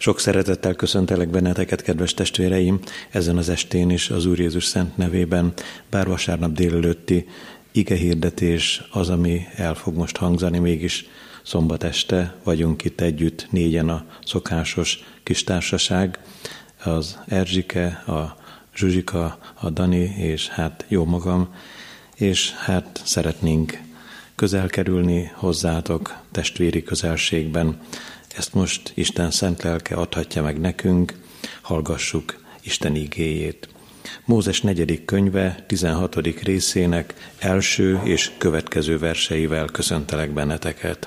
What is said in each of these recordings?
Sok szeretettel köszöntelek benneteket, kedves testvéreim, ezen az estén is az Úr Jézus szent nevében, bár vasárnap délelőtti igehirdetés az, ami el fog most hangzani, mégis szombat este vagyunk itt együtt, négyen a szokásos kis társaság, az Erzsike, a Zsuzsika, a Dani, és hát jó magam, és hát szeretnénk közel kerülni hozzátok testvéri közelségben. Ezt most Isten szent lelke adhatja meg nekünk, hallgassuk Isten igéjét. Mózes 4. könyve 16. részének első és következő verseivel köszöntelek benneteket.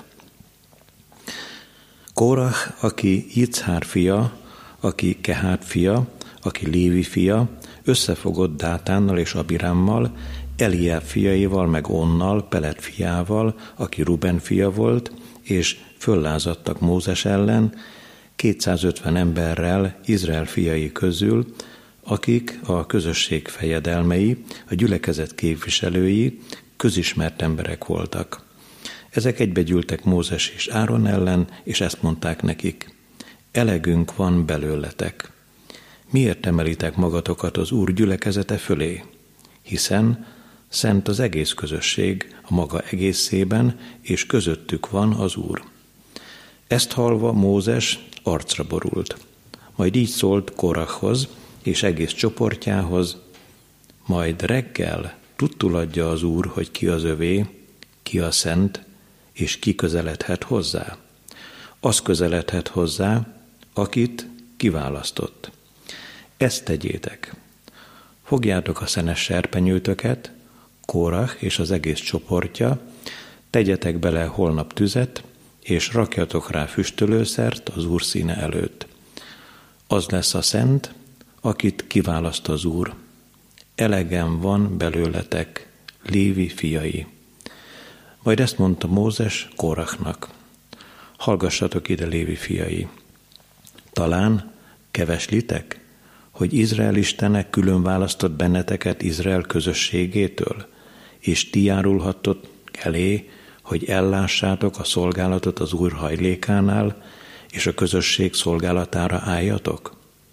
Kórah, aki Jicchár fia, aki Kehát fia, aki Lévi fia, összefogott Dátánnal és Abirámmal, Eliáb fiaival, meg Onnal, Pelet fiával, aki Ruben fia volt, és föllázadtak Mózes ellen 250 emberrel Izrael fiai közül, akik a közösség fejedelmei, a gyülekezet képviselői, közismert emberek voltak. Ezek egybegyűltek Mózes és Áron ellen, és ezt mondták nekik: elegünk van belőletek. Miért emelitek magatokat az Úr gyülekezete fölé? Hiszen szent az egész közösség a maga egészében, és közöttük van az Úr. Ezt hallva Mózes arcra borult. Majd így szólt Kórahhoz és egész csoportjához: majd reggel tudtul adja az Úr, hogy ki az övé, ki a szent, és ki közeledhet hozzá. Az közeledhet hozzá, akit kiválasztott. Ezt tegyétek. Fogjátok a szenes serpenyőtöket, Kórah és az egész csoportja, tegyetek bele holnap tüzet, és rakjatok rá füstölőszert az Úr színe előtt. Az lesz a szent, akit kiválaszt az Úr. Elegem van belőletek, Lévi fiai. Majd ezt mondta Mózes Kórahnak: hallgassatok ide, Lévi fiai. Talán keveslitek, hogy Izrael Istene külön választott benneteket Izrael közösségétől, és ti járulhattok elé, hogy ellássátok a szolgálatot az Úr hajlékánál, és a közösség szolgálatára álljatok?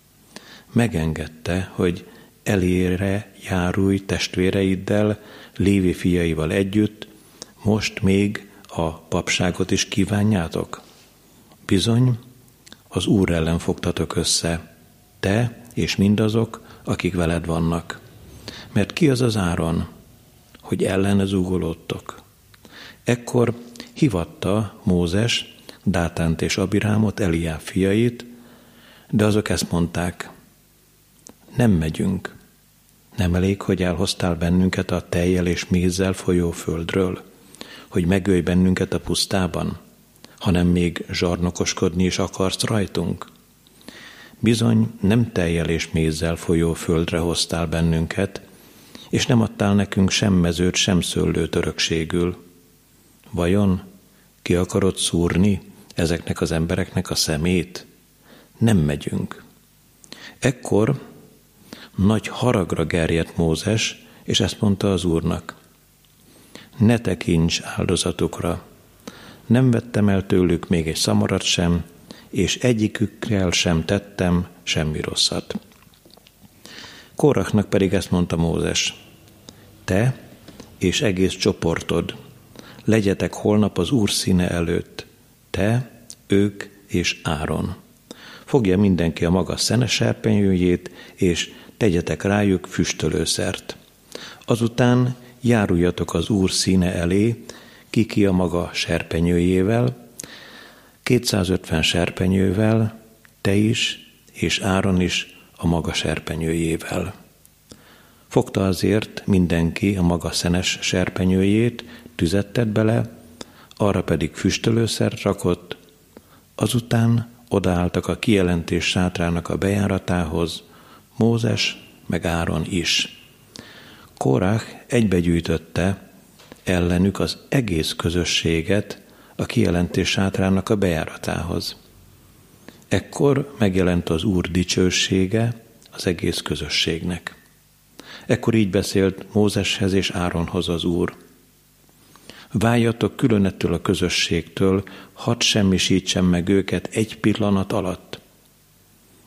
Megengedte, hogy elére járulj testvéreiddel, Lévi fiaival együtt, most még a papságot is kívánjátok? Bizony, az Úr ellen fogtatok össze, te és mindazok, akik veled vannak. Mert ki az az Áron, hogy ellene zúgolódtok? Ekkor hívatta Mózes Dátánt és Abirámot, Eliáb fiait, de azok ezt mondták: nem megyünk. Nem elég, hogy elhoztál bennünket a tejjel és mézzel folyó földről, hogy megölj bennünket a pusztában, hanem még zsarnokoskodni is akarsz rajtunk? Bizony nem tejjel és mézzel folyó földre hoztál bennünket, és nem adtál nekünk sem mezőt, sem szőlőt örökségül. Vajon ki akarod szúrni ezeknek az embereknek a szemét? Nem megyünk. Ekkor nagy haragra gerjedt Mózes, és ezt mondta az Úrnak: ne tekints áldozatukra. Nem vettem el tőlük még egy szamarat sem, és egyikükkel sem tettem semmi rosszat. Kórahnak pedig ezt mondta Mózes: te és egész csoportod, legyetek holnap az Úr színe előtt, te, ők és Áron. Fogja mindenki a maga szenes serpenyőjét, és tegyetek rájuk füstölőszert. Azután járuljatok az Úr színe elé, ki a maga serpenyőjével, 250 serpenyővel, te is, és Áron is a maga serpenyőjével. Fogta azért mindenki a maga szenes serpenyőjét, tüzet tett bele, arra pedig füstölőszert rakott, azután odaálltak a kijelentés sátrának a bejáratához, Mózes meg Áron is. Kórah egybegyűjtötte ellenük az egész közösséget a kijelentés sátrának a bejáratához. Ekkor megjelent az Úr dicsősége az egész közösségnek. Ekkor így beszélt Mózeshez és Áronhoz az Úr: váljatok külön ettől a közösségtől, hadd semmisítsen meg őket egy pillanat alatt.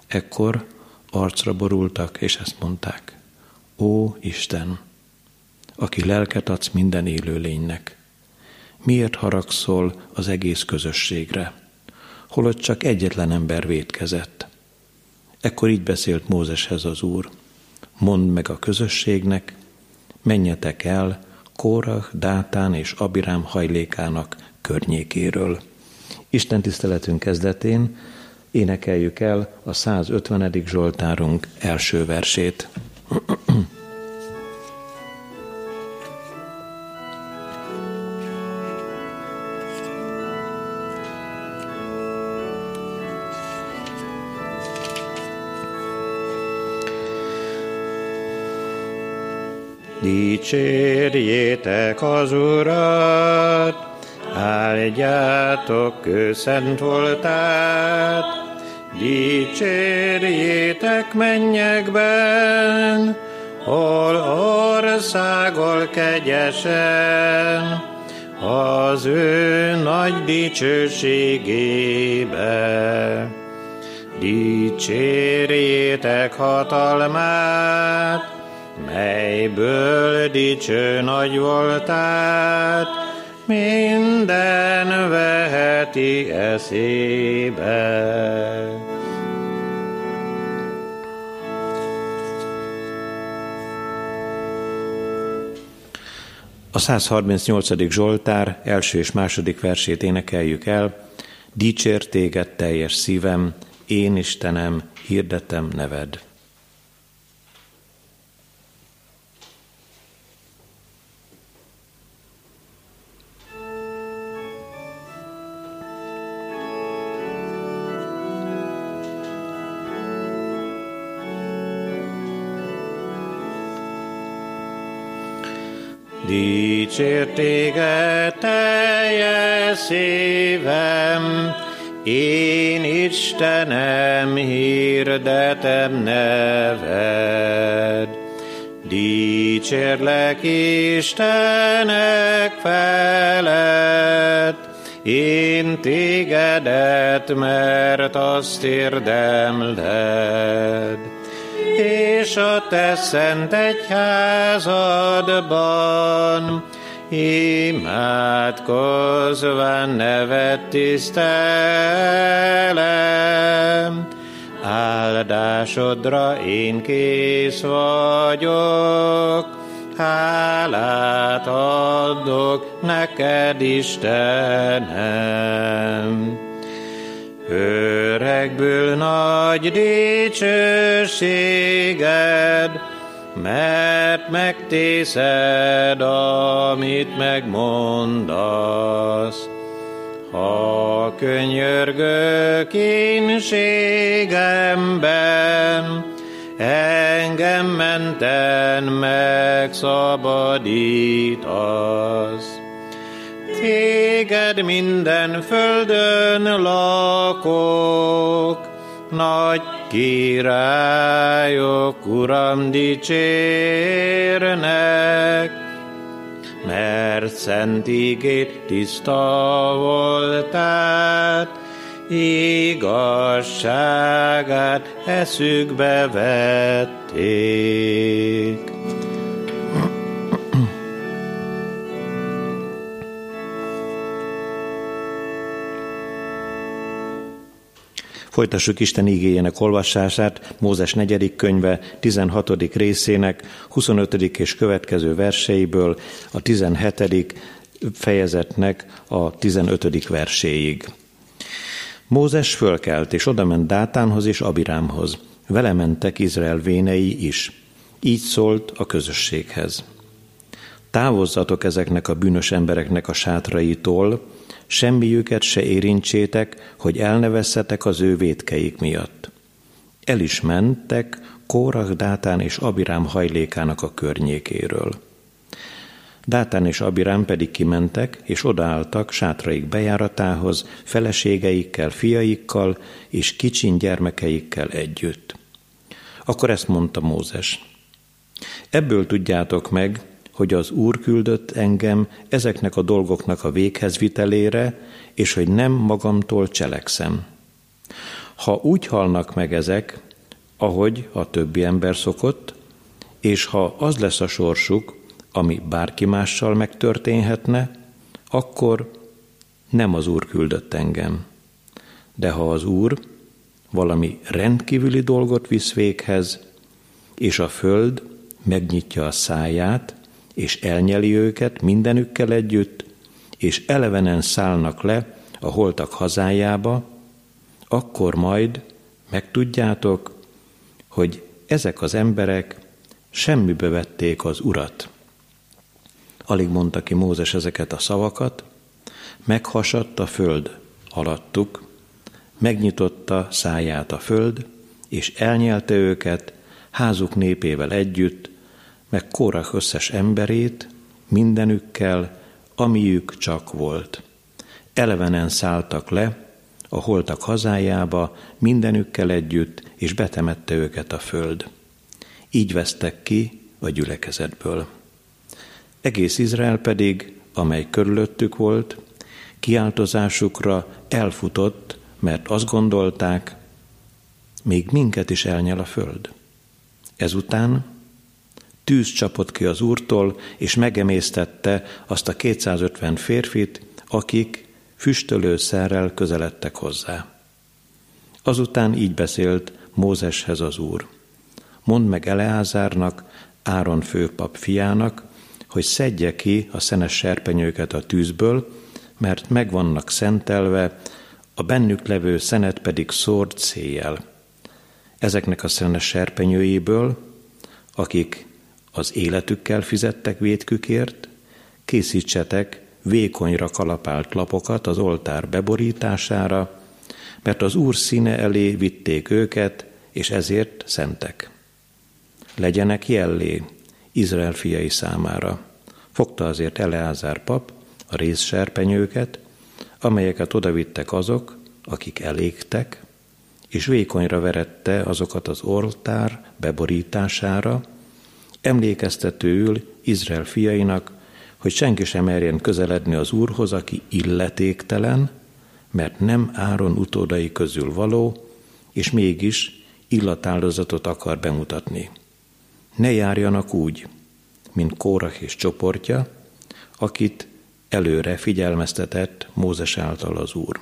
Ekkor arcra borultak, és ezt mondták: Ó Isten, aki lelket adsz minden élőlénynek, miért haragszol az egész közösségre, holott csak egyetlen ember vétkezett? Ekkor így beszélt Mózeshez az Úr: mondd meg a közösségnek, menjetek el Kórah, Dátán és Abirám hajlékának környékéről. Isten tiszteletünk kezdetén énekeljük el a 150. Zsoltárunk első versét. Dicsérjétek az Urat, áldjátok ő szent voltát, dicsérjétek mennyekben, hol országol kegyesen, az ő nagy dicsőségébe. Dicsérjétek hatalmát, melyből dicső nagy voltát, minden veheti eszébe. A 138. Zsoltár első és második versét énekeljük el. Dicsér téged teljes szívem, én Istenem, hirdetem neved. Dicsér téged teljes szívem, én Istenem, hirdetem neved. Dicsérlek Istenek felett, én tégedet, mert azt érdemled. És a te szent egyházadban imádkozván neved tisztelem. Áldásodra én kész vagyok, hálát adok neked, Istenem. Öregből nagy dicsőséged, mert megtészed, amit megmondasz. Ha könyörgök kínségemben, engem menten megszabadítasz. Téged minden földön lakók, nagy királyok, Uram, dicsérnek, mert szent igét tiszta voltát, igazságát eszükbe vették. Folytassuk Isten igéjének olvasását, Mózes 4. könyve 16. részének 25. és következő verseiből a 17. fejezetnek a 15. verséig. Mózes fölkelt, és odament Dátánhoz és Abirámhoz. Vele mentek Izrael vénei is. Így szólt a közösséghez: Távozzatok ezeknek a bűnös embereknek a sátraitól, semmiüket se érintsétek, hogy elnevesszetek az ő vétkeik miatt. El is mentek Kórah, Dátán és Abirám hajlékának a környékéről. Dátán és Abirám pedig kimentek, és odaálltak sátraik bejáratához, feleségeikkel, fiaikkal és kicsin gyermekeikkel együtt. Akkor ezt mondta Mózes: Ebből tudjátok meg, hogy az Úr küldött engem ezeknek a dolgoknak a véghezvitelére, és hogy nem magamtól cselekszem. Ha úgy halnak meg ezek, ahogy a többi ember szokott, és ha az lesz a sorsuk, ami bárki mással megtörténhetne, akkor nem az Úr küldött engem. De ha az Úr valami rendkívüli dolgot visz véghez, és a föld megnyitja a száját, és elnyeli őket mindenükkel együtt, és elevenen szállnak le a holtak hazájába, akkor majd megtudjátok, hogy ezek az emberek semmibe vették az Urat. Alig mondta ki Mózes ezeket a szavakat, meghasadt a föld alattuk, megnyitotta száját a föld, és elnyelte őket házuk népével együtt, meg Kórah összes emberét, mindenükkel, amiük csak volt. Elevenen szálltak le a holtak hazájába, mindenükkel együtt, és betemette őket a föld. Így vesztek ki a gyülekezetből. Egész Izrael pedig, amely körülöttük volt, kiáltozásukra elfutott, mert azt gondolták, még minket is elnyel a föld. Ezután tűz csapott ki az Úrtól, és megemésztette azt a 250 férfit, akik füstölőszerrel közeledtek hozzá. Azután így beszélt Mózeshez az Úr. Mondd meg Eleázárnak, Áron főpap fiának, hogy szedje ki a szenes serpenyőket a tűzből, mert meg vannak szentelve, a bennük levő szenet pedig szórd széjjel. Ezeknek a szenes serpenyőjéből, akik az életükkel fizettek vétkükért, készítsetek vékonyra kalapált lapokat az oltár beborítására, mert az Úr színe elé vitték őket, és ezért szentek. Legyenek jellé Izrael fiai számára. Fogta azért Eleázár pap a rézserpenyőket, amelyeket odavittek azok, akik elégtek, és vékonyra verette azokat az oltár beborítására, emlékeztetőül Izrael fiainak, hogy senki sem merjen közeledni az Úrhoz, aki illetéktelen, mert nem Áron utódai közül való, és mégis illatáldozatot akar bemutatni. Ne járjanak úgy, mint Kórah és csoportja, akit előre figyelmeztetett Mózes által az Úr.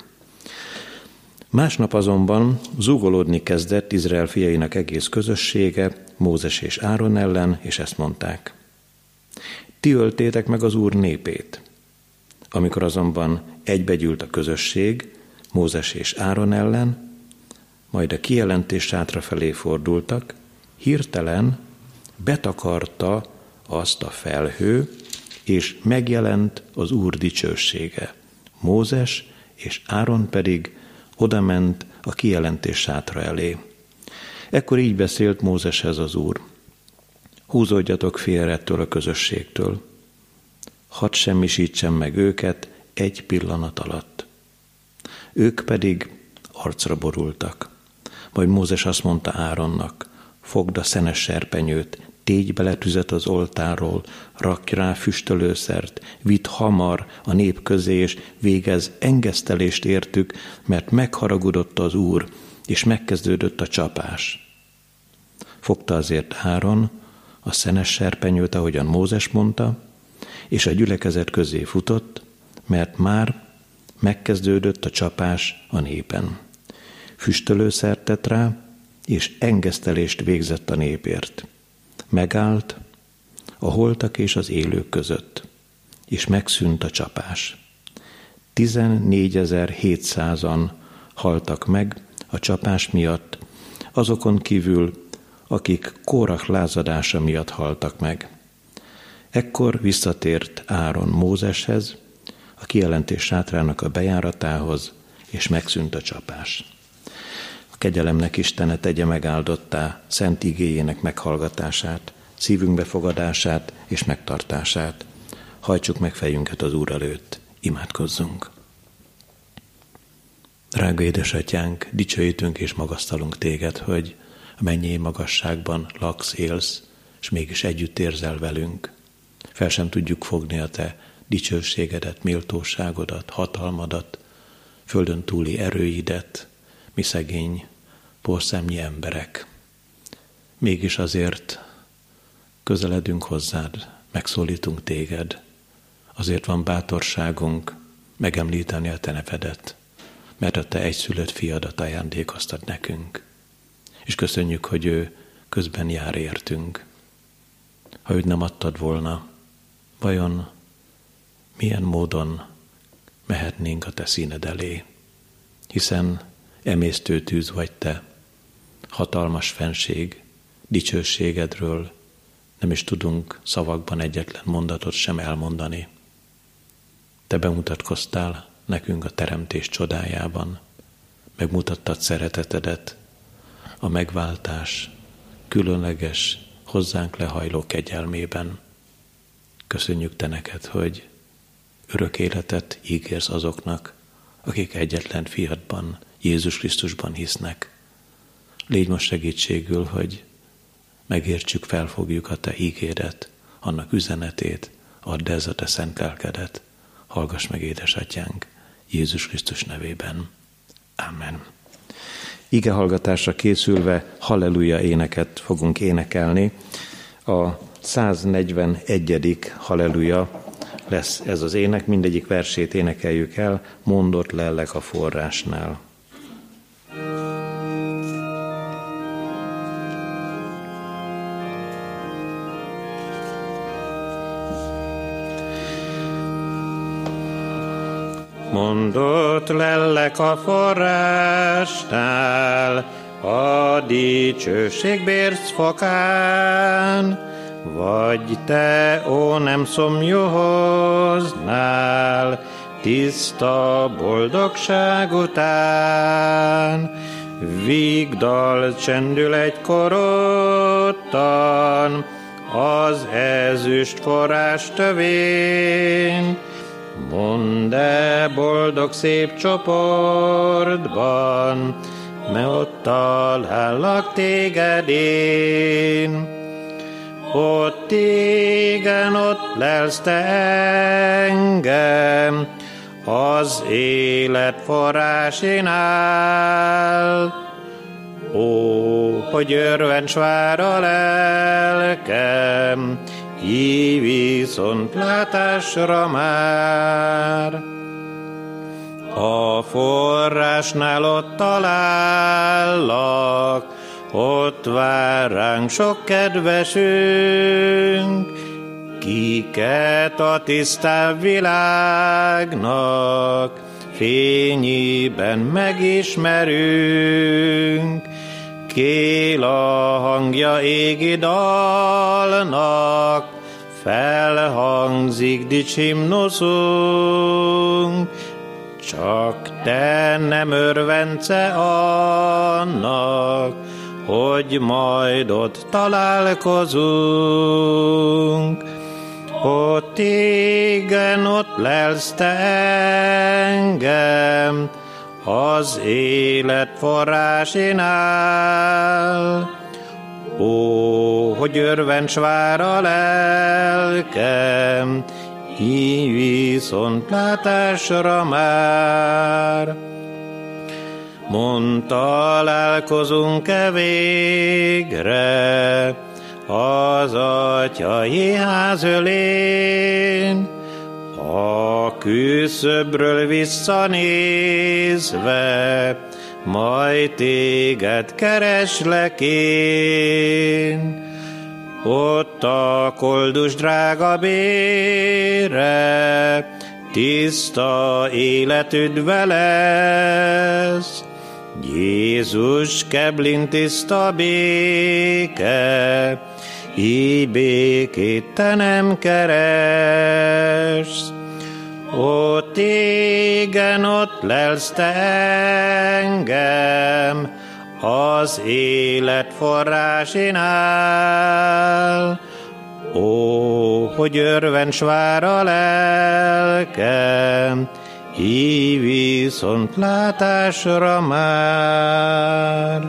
Másnap azonban zúgolódni kezdett Izrael fiainak egész közössége Mózes és Áron ellen, és ezt mondták. Ti öltétek meg az Úr népét. Amikor azonban egybegyűlt a közösség Mózes és Áron ellen, majd a kijelentés sátra felé fordultak, hirtelen betakarta azt a felhő, és megjelent az Úr dicsősége. Mózes és Áron pedig odament a kijelentés sátra elé. Ekkor így beszélt Mózeshez az Úr. Húzódjatok félre ettől a közösségtől. Hadd semmisítsen meg őket egy pillanat alatt. Ők pedig arcra borultak. Majd Mózes azt mondta Áronnak, fogd a szenes serpenyőt, tégy bele tüzet az oltárról, rakj rá füstölőszert, vidd hamar a nép közé, és végez engesztelést értük, mert megharagudott az Úr, és megkezdődött a csapás. Fogta azért Áron a szenes serpenyőt, ahogyan Mózes mondta, és a gyülekezet közé futott, mert már megkezdődött a csapás a népen. Füstölőszert tett rá, és engesztelést végzett a népért. Megállt a holtak és az élők között, és megszűnt a csapás. 14.700-an haltak meg a csapás miatt, azokon kívül, akik Kórah lázadása miatt haltak meg. Ekkor visszatért Áron Mózeshez, a kijelentés sátrának a bejáratához, és megszűnt a csapás. A kegyelemnek Istene tegye megáldottá szent igéjének meghallgatását, szívünk befogadását és megtartását. Hajtsuk meg fejünket az Úr előtt, imádkozzunk. Drága édesatyánk, dicsőítünk és magasztalunk téged, hogy a mennyei magasságban laksz, élsz, és mégis együtt érzel velünk. Fel sem tudjuk fogni a te dicsőségedet, méltóságodat, hatalmadat, földön túli erőidet, mi szegény, porszemnyi emberek. Mégis azért közeledünk hozzád, megszólítunk téged. Azért van bátorságunk megemlíteni a te nevedet, mert a te egyszülött fiadat ajándékoztad nekünk. És köszönjük, hogy ő közben jár értünk. Ha őt nem adtad volna, vajon milyen módon mehetnénk a te színed elé? Hiszen emésztő tűz vagy te, hatalmas fenség, dicsőségedről nem is tudunk szavakban egyetlen mondatot sem elmondani. Te bemutatkoztál nekünk a teremtés csodájában, megmutattad szeretetedet, a megváltás különleges, hozzánk lehajló kegyelmében. Köszönjük te neked, hogy örök életet ígérsz azoknak, akik egyetlen fiadban, Jézus Krisztusban hisznek. Légy most segítségül, hogy megértsük, felfogjuk a te ígéret, annak üzenetét, add ez a te szent lelkedet. Hallgass meg, édesatyánk, Jézus Krisztus nevében. Amen. Ige hallgatásra készülve halleluja éneket fogunk énekelni. A 141. halleluja lesz ez az ének, mindegyik versét énekeljük el, mondott lellek a forrásnál. Mondott lellek a forrásnál, a dicsőség bércfokán, vagy te, ó nem szomjóhoznál, tiszta boldogság után. Vígdal csendül egykor ottan, az ezüst forrás tövén. Mondd-e boldog szép csoportban, mert ott talállak téged én. Ott igen, ott lelsz te engem, az élet forrásinál. Ó, hogy örvencs vár a lelkem, így viszontlátásra már. A forrásnál ott talállak, ott vár ránk sok kedvesünk, kiket a tisztább világnak fényében megismerünk. Kél a hangja égi dalnak, felhangzik dicsimnuszunk. Csak te nem örvence annak, hogy majd ott találkozunk. Ott igen, ott lelsz te engem, az élet forrásinál. Ó, hogy örvencs vár a lelkem, így viszontlátásra már. Mond, találkozunk-e végre az atyai ház ölén, a küszöbről visszanézve, majd téged kereslek én. Ott a koldus drága bére, tiszta életüdve lesz. Jézus keblin tiszta béke, így békét te nem keressz. Ott igen, ott lelsz te engem, az élet forrásinál. Ó, hogy örvencs vár a lelkem, így viszontlátásra már.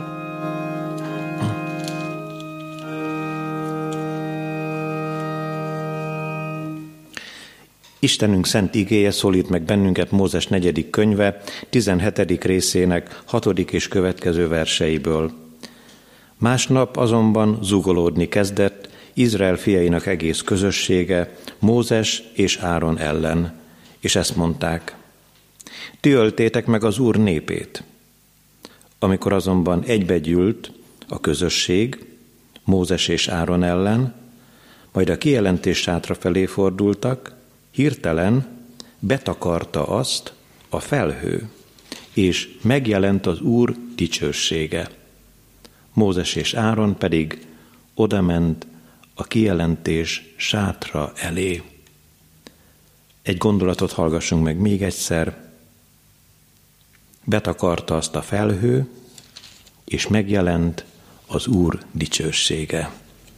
Istenünk szent igéje szólít meg bennünket Mózes 4. könyve 17. részének 6. és következő verseiből. Másnap azonban zúgolódni kezdett Izrael fiainak egész közössége Mózes és Áron ellen, és ezt mondták: ti öltétek meg az Úr népét. Amikor azonban egybegyűlt a közösség Mózes és Áron ellen, majd a kijelentés sátra felé fordultak, hirtelen betakarta azt a felhő, és megjelent az Úr dicsősége. Mózes és Áron pedig odament a kijelentés sátra elé. Egy gondolatot hallgassunk meg még egyszer. Betakarta azt a felhő, és megjelent az Úr dicsősége.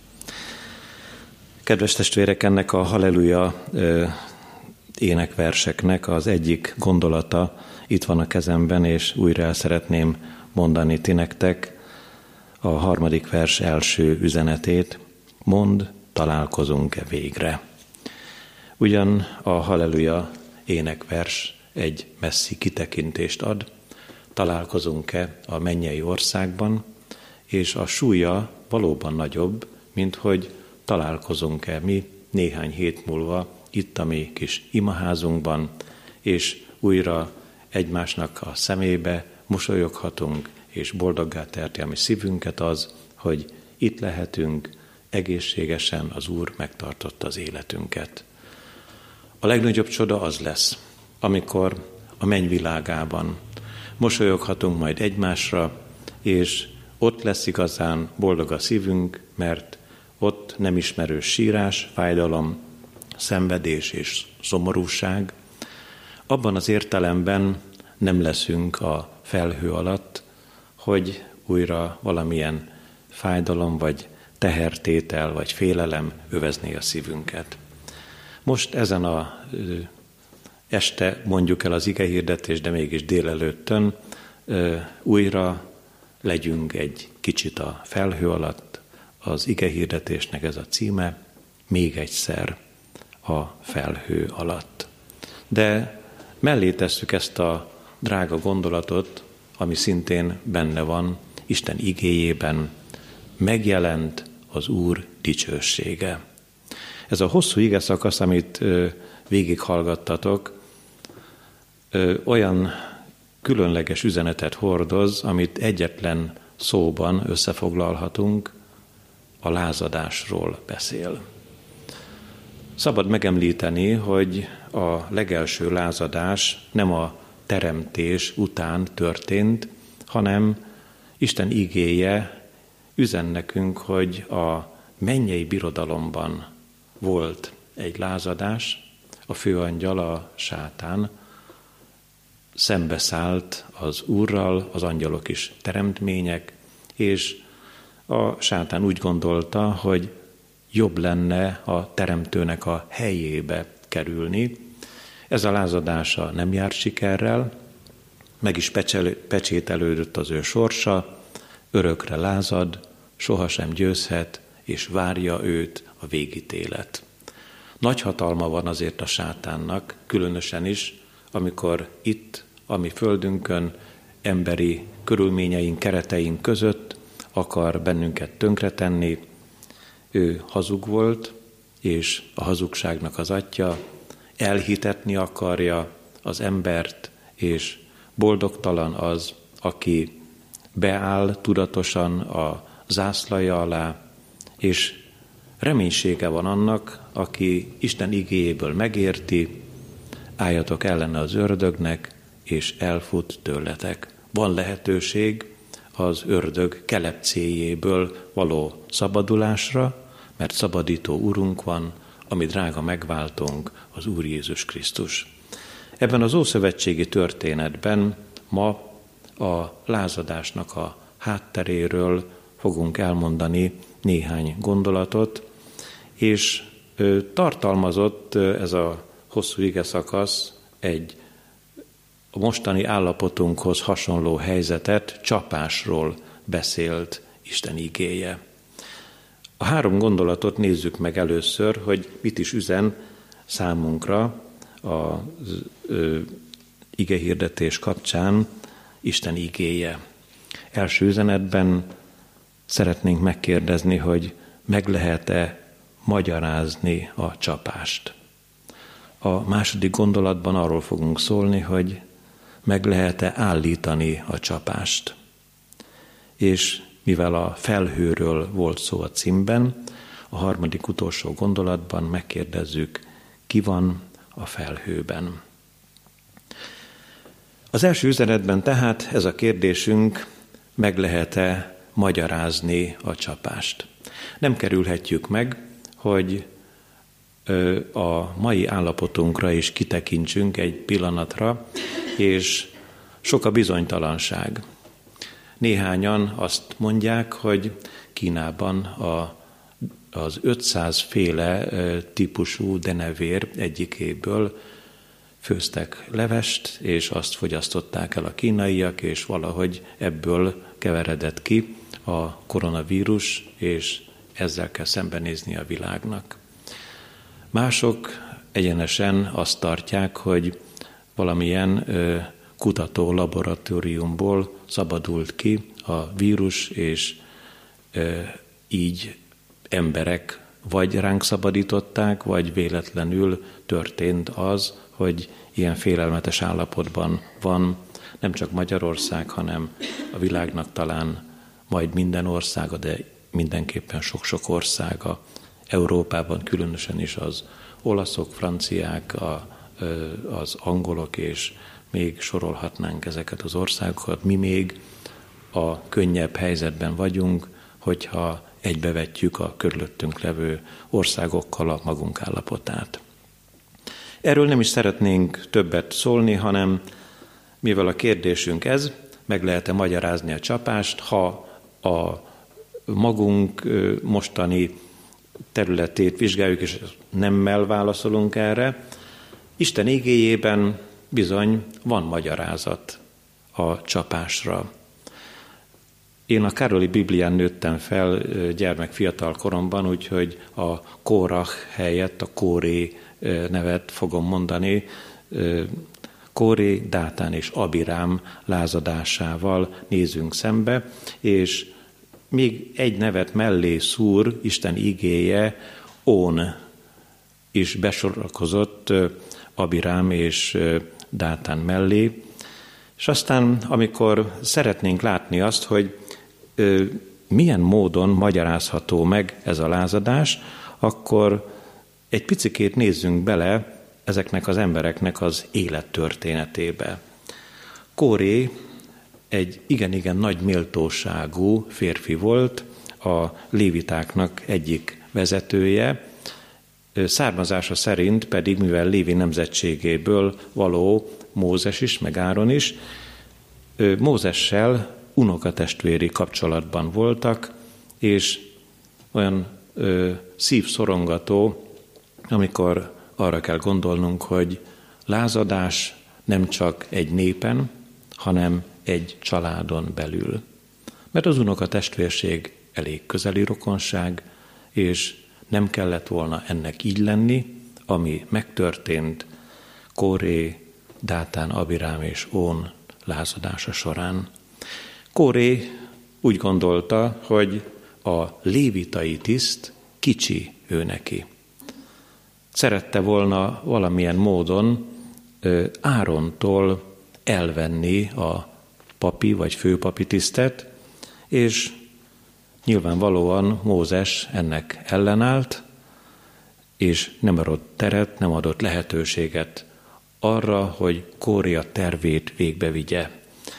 Kedves testvérek, ennek a halleluja énekverseknek az egyik gondolata itt van a kezemben, és újra el szeretném mondani ti nektek a 3. vers első üzenetét. Mondd, találkozunk-e végre? Ugyan a halleluja énekvers egy messzi kitekintést ad, találkozunk-e a mennyei országban, és a súlya valóban nagyobb, mint hogy találkozunk-e mi néhány hét múlva itt a mi kis imaházunkban, és újra egymásnak a szemébe mosolyoghatunk, és boldoggá terti a mi szívünket az, hogy itt lehetünk, egészségesen az Úr megtartotta az életünket. A legnagyobb csoda az lesz, amikor a mennyvilágában mosolyoghatunk majd egymásra, és ott lesz igazán boldog a szívünk, mert ott nem ismerős sírás, fájdalom, szenvedés és szomorúság. Abban az értelemben nem leszünk a felhő alatt, hogy újra valamilyen fájdalom, vagy tehertétel, vagy félelem övezné a szívünket. Most ezen a este mondjuk el az igehirdetést, de mégis délelőttön újra legyünk egy kicsit a felhő alatt. Az igehirdetésnek ez a címe, még egyszer a felhő alatt. De mellé tesszük ezt a drága gondolatot, ami szintén benne van Isten igéjében, megjelent az Úr dicsősége. Ez a hosszú igeszakasz, amit végighallgattatok, olyan különleges üzenetet hordoz, amit egyetlen szóban összefoglalhatunk, a lázadásról beszél. Szabad megemlíteni, hogy a legelső lázadás nem a teremtés után történt, hanem Isten igéje üzen nekünk, hogy a mennyei birodalomban volt egy lázadás, a főangyal, a sátán szembeszállt az Úrral, az angyalok is teremtmények, és a sátán úgy gondolta, hogy jobb lenne a teremtőnek a helyébe kerülni. Ez a lázadása nem járt sikerrel, meg is pecsételődött az ő sorsa, örökre lázad, sohasem győzhet, és várja őt a végítélet. Nagy hatalma van azért a sátánnak, különösen is, amikor itt, a mi földünkön, emberi körülményeink, kereteink között akar bennünket tönkretenni. Ő hazug volt, és a hazugságnak az atya, elhitetni akarja az embert, és boldogtalan az, aki beáll tudatosan a zászlaja alá, és reménysége van annak, aki Isten igéjéből megérti, álljatok ellene az ördögnek, és elfut tőletek. Van lehetőség az ördög kelepcéjéből való szabadulásra, mert szabadító Urunk van, ami drága megváltónk, az Úr Jézus Krisztus. Ebben az ószövetségi történetben ma a lázadásnak a hátteréről fogunk elmondani néhány gondolatot, és tartalmazott ez a hosszú igeszakasz egy a mostani állapotunkhoz hasonló helyzetet, csapásról beszélt Isten igéje. A 3 gondolatot nézzük meg először, hogy mit is üzen számunkra az igehirdetés kapcsán Isten igéje. Első üzenetben szeretnénk megkérdezni, hogy meg lehet-e magyarázni a csapást. A második gondolatban arról fogunk szólni, hogy meg lehet-e állítani a csapást. És mivel a felhőről volt szó a címben, a harmadik utolsó gondolatban megkérdezzük, ki van a felhőben. Az első üzenetben tehát ez a kérdésünk, meg lehet-e magyarázni a csapást. Nem kerülhetjük meg, hogy a mai állapotunkra is kitekintsünk egy pillanatra, és sok a bizonytalanság. Néhányan azt mondják, hogy Kínában az 500 féle típusú denevér egyikéből főztek levest, és azt fogyasztották el a kínaiak, és valahogy ebből keveredett ki a koronavírus, és ezzel kell szembenézni a világnak. Mások egyenesen azt tartják, hogy valamilyen kutató laboratóriumból szabadult ki a vírus, és így emberek vagy ránk szabadították, vagy véletlenül történt az, hogy ilyen félelmetes állapotban van nem csak Magyarország, hanem a világnak talán majd minden országa, de mindenképpen sok-sok országa. Európában különösen is az olaszok, franciák, az angolok, és még sorolhatnánk ezeket az országokat. Mi még a könnyebb helyzetben vagyunk, hogyha egybevetjük a körülöttünk levő országokkal a magunk állapotát. Erről nem is szeretnénk többet szólni, hanem mivel a kérdésünk ez, meg lehet-e magyarázni a csapást, ha a magunk mostani területét vizsgáljuk, és nemmel válaszolunk erre, Isten igéjében bizony van magyarázat a csapásra. Én a Károli Biblián nőttem fel gyermek-fiatal koromban, úgyhogy a Kórach helyett a Kóré nevet fogom mondani. Kóré, Dátán és Abirám lázadásával nézünk szembe, és még egy nevet mellé szúr Isten igéje, Ón is besorakozott Abirám és Dátán mellé, és aztán, amikor szeretnénk látni azt, hogy milyen módon magyarázható meg ez a lázadás, akkor egy picikét nézzünk bele ezeknek az embereknek az élettörténetébe. Kóré egy igen-igen nagy méltóságú férfi volt, a lévitáknak egyik vezetője, származása szerint pedig, mivel Lévi nemzetségéből való Mózes is, meg Áron is, Mózessel unokatestvéri kapcsolatban voltak, és olyan szívszorongató, amikor arra kell gondolnunk, hogy lázadás nem csak egy népen, hanem egy családon belül. Mert az unokatestvérség elég közeli rokonság, és nem kellett volna ennek így lenni, ami megtörtént Kóré, Dátán, Abirám és Ón lázadása során. Kóré úgy gondolta, hogy a lévitai tiszt kicsi ő neki. Szerette volna valamilyen módon Árontól elvenni a papi vagy főpapi tisztet, és nyilvánvalóan Mózes ennek ellenállt, és nem adott teret, nem adott lehetőséget arra, hogy Kóré a tervét végbe vigye.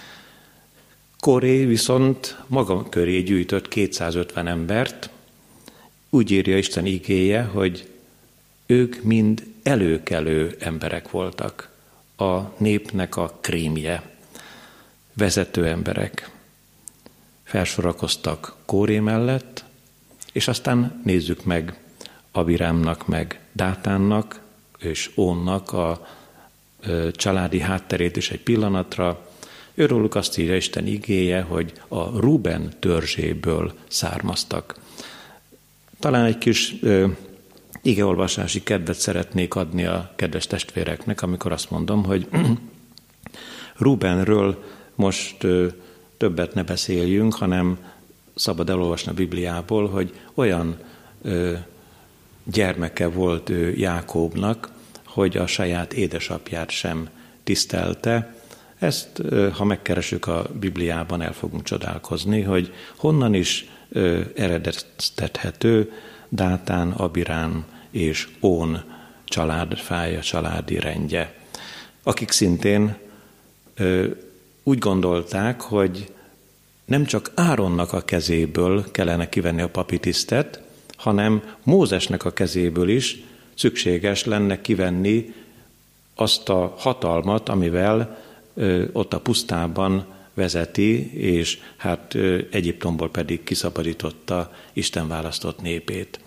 Kóré viszont maga köré gyűjtött 250 embert, úgy írja Isten igéje, hogy ők mind előkelő emberek voltak, a népnek a krémje, vezető emberek. Felsorakoztak Kóré mellett, és aztán nézzük meg Abirámnak, meg Dátánnak és Ónnak a családi hátterét is egy pillanatra. Őróluk azt írja Isten igéje, hogy a Ruben törzséből származtak. Talán egy kis igeolvasási kedvet szeretnék adni a kedves testvéreknek, amikor azt mondom, hogy Rubenről most többet ne beszéljünk, hanem szabad elolvasni a Bibliából, hogy olyan gyermeke volt ő Jákóbnak, hogy a saját édesapját sem tisztelte. Ezt, ha megkeresünk a Bibliában, el fogunk csodálkozni, hogy honnan is eredeztethető Dátán, Abirám és Ón családfája, családi rendje, akik szintén úgy gondolták, hogy nem csak Áronnak a kezéből kellene kivenni a papi tisztet, hanem Mózesnek a kezéből is szükséges lenne kivenni azt a hatalmat, amivel ott a pusztában vezeti, és hát Egyiptomból pedig kiszabadította Isten választott népét.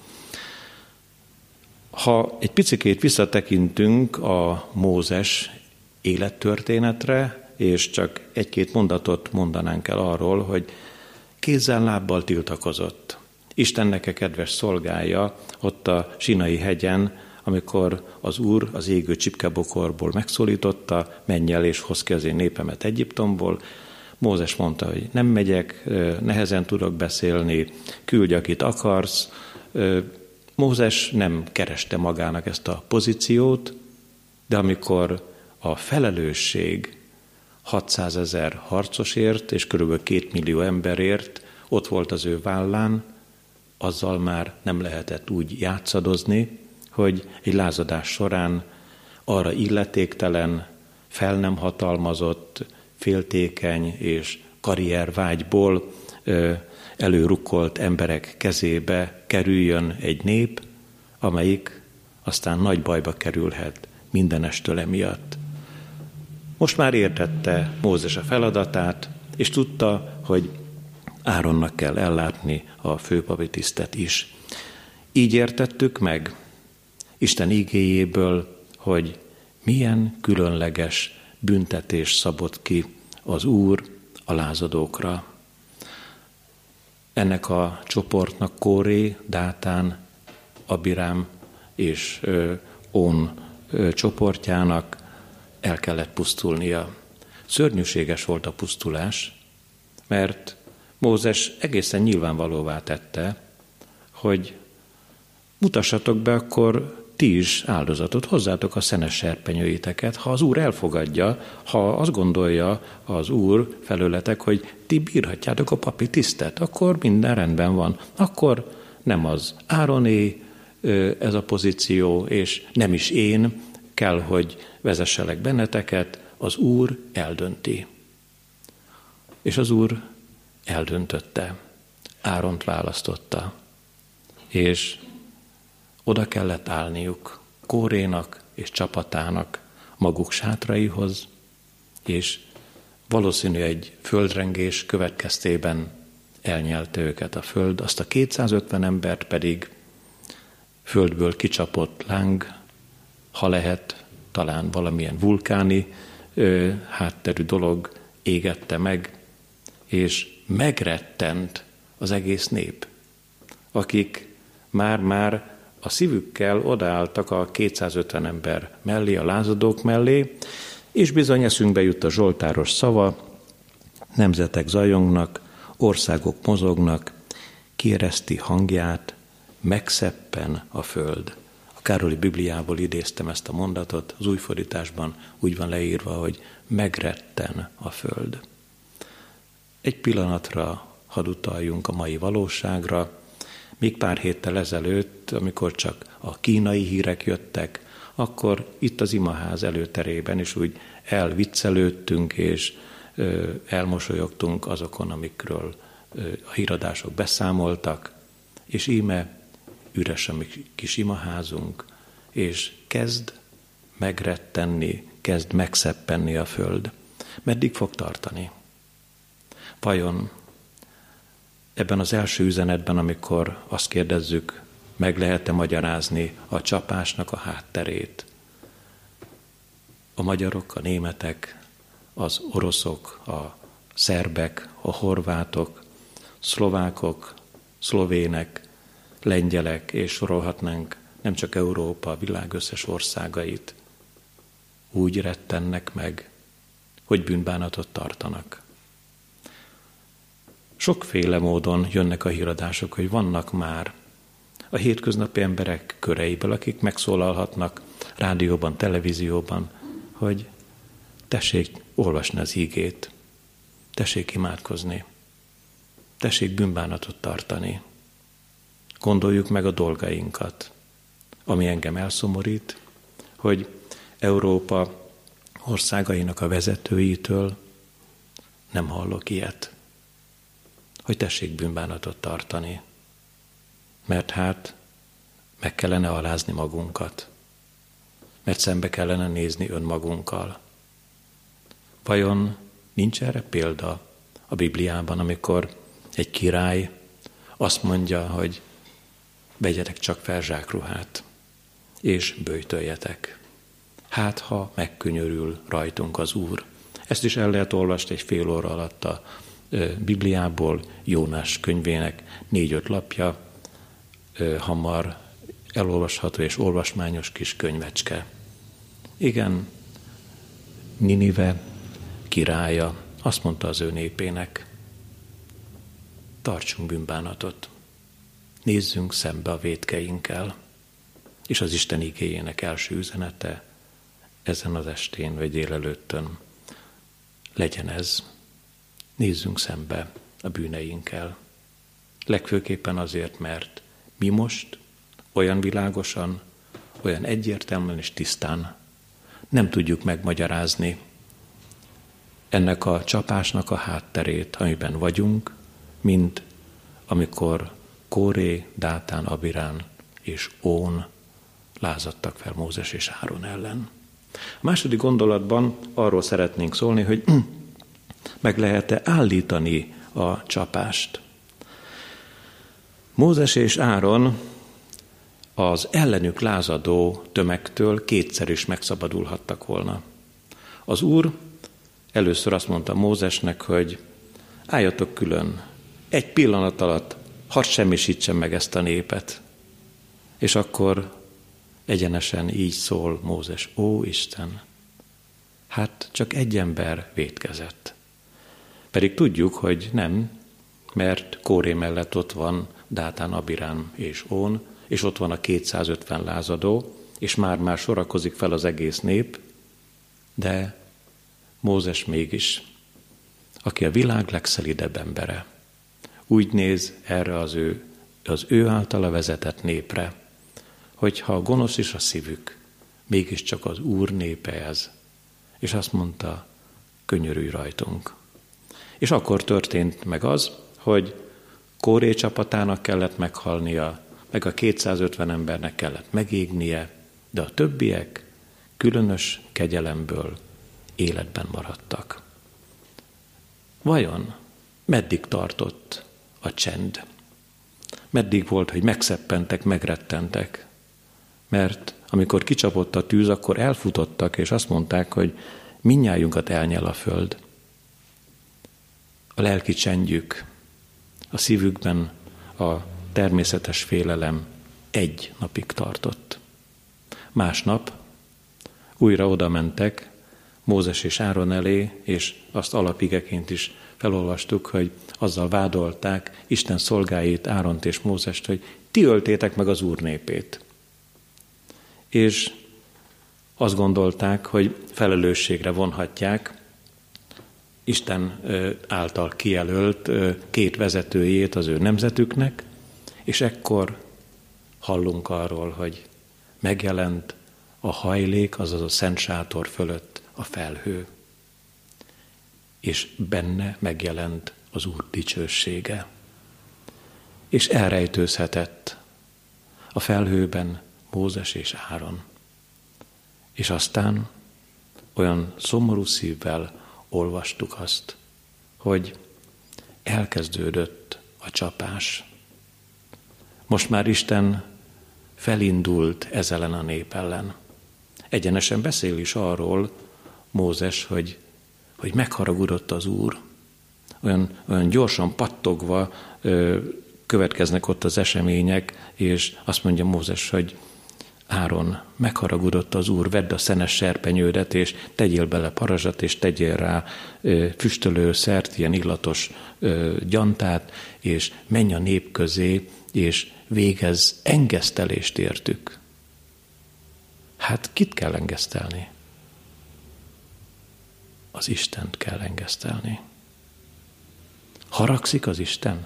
Ha egy picikét visszatekintünk a Mózes élettörténetre, és csak egy-két mondatot mondanánk el arról, hogy kézzel-lábbal tiltakozott. Istennek kedves szolgája ott a Sinai hegyen, amikor az Úr az égő csipkebokorból megszólította, menj el és hozz ki az én népemet Egyiptomból. Mózes mondta, hogy nem megyek, nehezen tudok beszélni, küldj, akit akarsz. Mózes nem kereste magának ezt a pozíciót, de amikor a felelősség 600 000 harcosért és kb. 2 millió emberért ott volt az ő vállán, azzal már nem lehetett úgy játszadozni, hogy egy lázadás során arra illetéktelen, fel nem hatalmazott, féltékeny és karriervágyból előrukkolt emberek kezébe kerüljön egy nép, amelyik aztán nagy bajba kerülhet mindenestől emiatt. Most már értette Mózes a feladatát, és tudta, hogy Áronnak kell ellátni a főpapi tisztet is. Így értettük meg Isten igéjéből, hogy milyen különleges büntetés szabott ki az Úr a lázadókra. Ennek a csoportnak Kóré, Dátán, Abirám és Ón csoportjának el kellett pusztulnia. Szörnyűséges volt a pusztulás, mert Mózes egészen nyilvánvalóvá tette, hogy mutassatok be akkor ti is áldozatot, hozzátok a szenes serpenyőiteket, ha az Úr elfogadja, ha azt gondolja az Úr felőletek, hogy ti bírhatjátok a papi tisztet, akkor minden rendben van. Akkor nem az Ároné ez a pozíció, és nem is én kell, hogy vezesselek benneteket, az Úr eldönti. És az Úr eldöntötte, Áront választotta, és oda kellett állniuk Kórénak és csapatának maguk sátraihoz, és valószínű egy földrengés következtében elnyelte őket a föld, azt a 250 embert pedig földből kicsapott láng, ha lehet, talán valamilyen vulkáni hátterű dolog égette meg, és megrettent az egész nép, akik már a szívükkel odaálltak a 250 ember mellé, a lázadók mellé, és bizony eszünkbe jut a zsoltáros szava, nemzetek zajongnak, országok mozognak, kiereszti hangját, megszeppen a föld. A Károli Bibliából idéztem ezt a mondatot, az új fordításban úgy van leírva, hogy megretten a föld. Egy pillanatra hadd utaljunk a mai valóságra. Még pár héttel ezelőtt, amikor csak a kínai hírek jöttek, akkor itt az imaház előterében is úgy elviccelődtünk és elmosolyogtunk azokon, amikről a híradások beszámoltak, és íme üres a mi kis imaházunk, és kezd megrettenni, kezd megszeppenni a föld. Meddig fog tartani? Vajon ebben az első üzenetben, amikor azt kérdezzük, meg lehet-e magyarázni a csapásnak a hátterét? A magyarok, a németek, az oroszok, a szerbek, a horvátok, szlovákok, szlovének, lengyelek, és sorolhatnánk nem csak Európa, a világ összes országait úgy rettennek meg, hogy bűnbánatot tartanak. Sokféle módon jönnek a híradások, hogy vannak már a hétköznapi emberek köreiből, akik megszólalhatnak rádióban, televízióban, hogy tessék olvasni az ígét, tessék imádkozni, tessék bűnbánatot tartani. Gondoljuk meg a dolgainkat, ami engem elszomorít, hogy Európa országainak a vezetőitől nem hallok ilyet, hogy tessék bűnbánatot tartani, mert hát meg kellene alázni magunkat, mert szembe kellene nézni önmagunkkal. Vajon nincs erre példa a Bibliában, amikor egy király azt mondja, hogy vegyetek csak fel zsákruhát, és böjtöljetek. Hát, ha megkönyörül rajtunk az Úr. Ezt is el lehet olvasni egy fél óra alatt a Bibliából, Jónás könyvének 4-5 lapja, hamar elolvasható és olvasmányos kis könyvecske. Igen, Ninive királya azt mondta az ő népének, tartsunk bűnbánatot, nézzünk szembe a vétkeinkkel, és az Isten igéjének első üzenete ezen az estén vagy délelőttön legyen ez, nézzünk szembe a bűneinkkel. Legfőképpen azért, mert mi most olyan világosan, olyan egyértelműen és tisztán nem tudjuk megmagyarázni ennek a csapásnak a hátterét, amiben vagyunk, mint amikor Kóré, Dátán, Abirán és Ón lázadtak fel Mózes és Áron ellen. A második gondolatban arról szeretnénk szólni, hogy meg lehet-e állítani a csapást. Mózes és Áron az ellenük lázadó tömegtől kétszer is megszabadulhattak volna. Az Úr először azt mondta Mózesnek, hogy álljatok külön, egy pillanat alatt hadd semmisítsen meg ezt a népet. És akkor egyenesen így szól Mózes, ó Isten, hát csak egy ember vétkezett. Pedig tudjuk, hogy nem, mert Kóré mellett ott van Dátán, Abirán és Ón, és ott van a 250 lázadó, és már sorakozik fel az egész nép, de Mózes mégis, aki a világ legszelidebb embere, úgy néz erre az ő általa vezetett népre, hogyha gonosz is a szívük, mégiscsak az Úr népe ez. És azt mondta, könyörülj rajtunk. És akkor történt meg az, hogy Kóré csapatának kellett meghalnia, meg a 250 embernek kellett megégnie, de a többiek különös kegyelemből életben maradtak. Vajon meddig tartott a csend? Meddig volt, hogy megszeppentek, megrettentek? Mert amikor kicsapott a tűz, akkor elfutottak, és azt mondták, hogy mindnyájunkat elnyel a föld. A lelki csendjük, a szívükben a természetes félelem egy napig tartott. Másnap újra oda mentek Mózes és Áron elé, és azt alapigeként is felolvastuk, hogy azzal vádolták Isten szolgáit, Áront és Mózest, hogy ti öltétek meg az Úr népét. És azt gondolták, hogy felelősségre vonhatják Isten által kijelölt két vezetőjét az ő nemzetüknek, és ekkor hallunk arról, hogy megjelent a hajlék, azaz a Szent Sátor fölött a felhő, és benne megjelent az Úr dicsősége. És elrejtőzhetett a felhőben Mózes és Áron. És aztán olyan szomorú szívvel olvastuk azt, hogy elkezdődött a csapás. Most már Isten felindult ez ellen a nép ellen. Egyenesen beszél is arról Mózes, hogy megharagudott az Úr. Olyan gyorsan pattogva következnek ott az események, és azt mondja Mózes, hogy Áron, megharagudott az Úr, vedd a szenes serpenyődet, és tegyél bele parazsat, és tegyél rá füstölőszert, ilyen illatos gyantát, és menj a nép közé, és végezz engesztelést értük. Hát kit kell engesztelni? Az Istent kell engesztelni. Haragszik az Isten?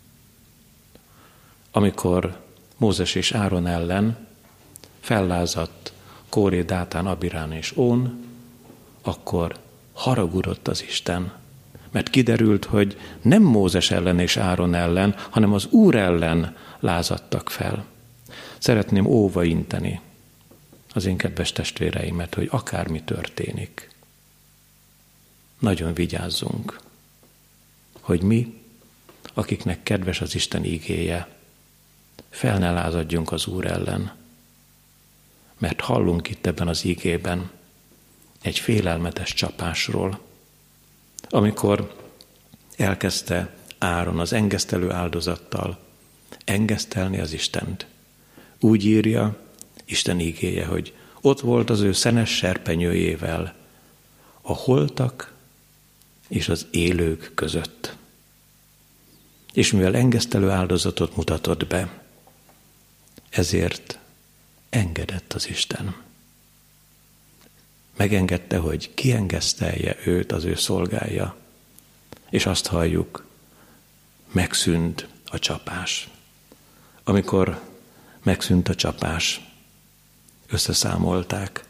Amikor Mózes és Áron ellen fellázadt Kóré, Dátán, Abirán és Ón, akkor haragudott az Isten. Mert kiderült, hogy nem Mózes ellen és Áron ellen, hanem az Úr ellen lázadtak fel. Szeretném óvainteni az én kedves testvéreimet, hogy akármi történik, nagyon vigyázzunk, hogy mi, akiknek kedves az Isten igéje, fel ne lázadjunk az Úr ellen, mert hallunk itt ebben az igében egy félelmetes csapásról, amikor elkezdte Áron az engesztelő áldozattal engesztelni az Istent. Úgy írja Isten igéje, hogy ott volt az ő szenes serpenyőjével a holtak és az élők között. És mivel engesztelő áldozatot mutatott be, ezért engedett az Isten. Megengedte, hogy kiengesztelje őt, az ő szolgája, és azt halljuk, megszűnt a csapás. Amikor megszűnt a csapás, összeszámolták,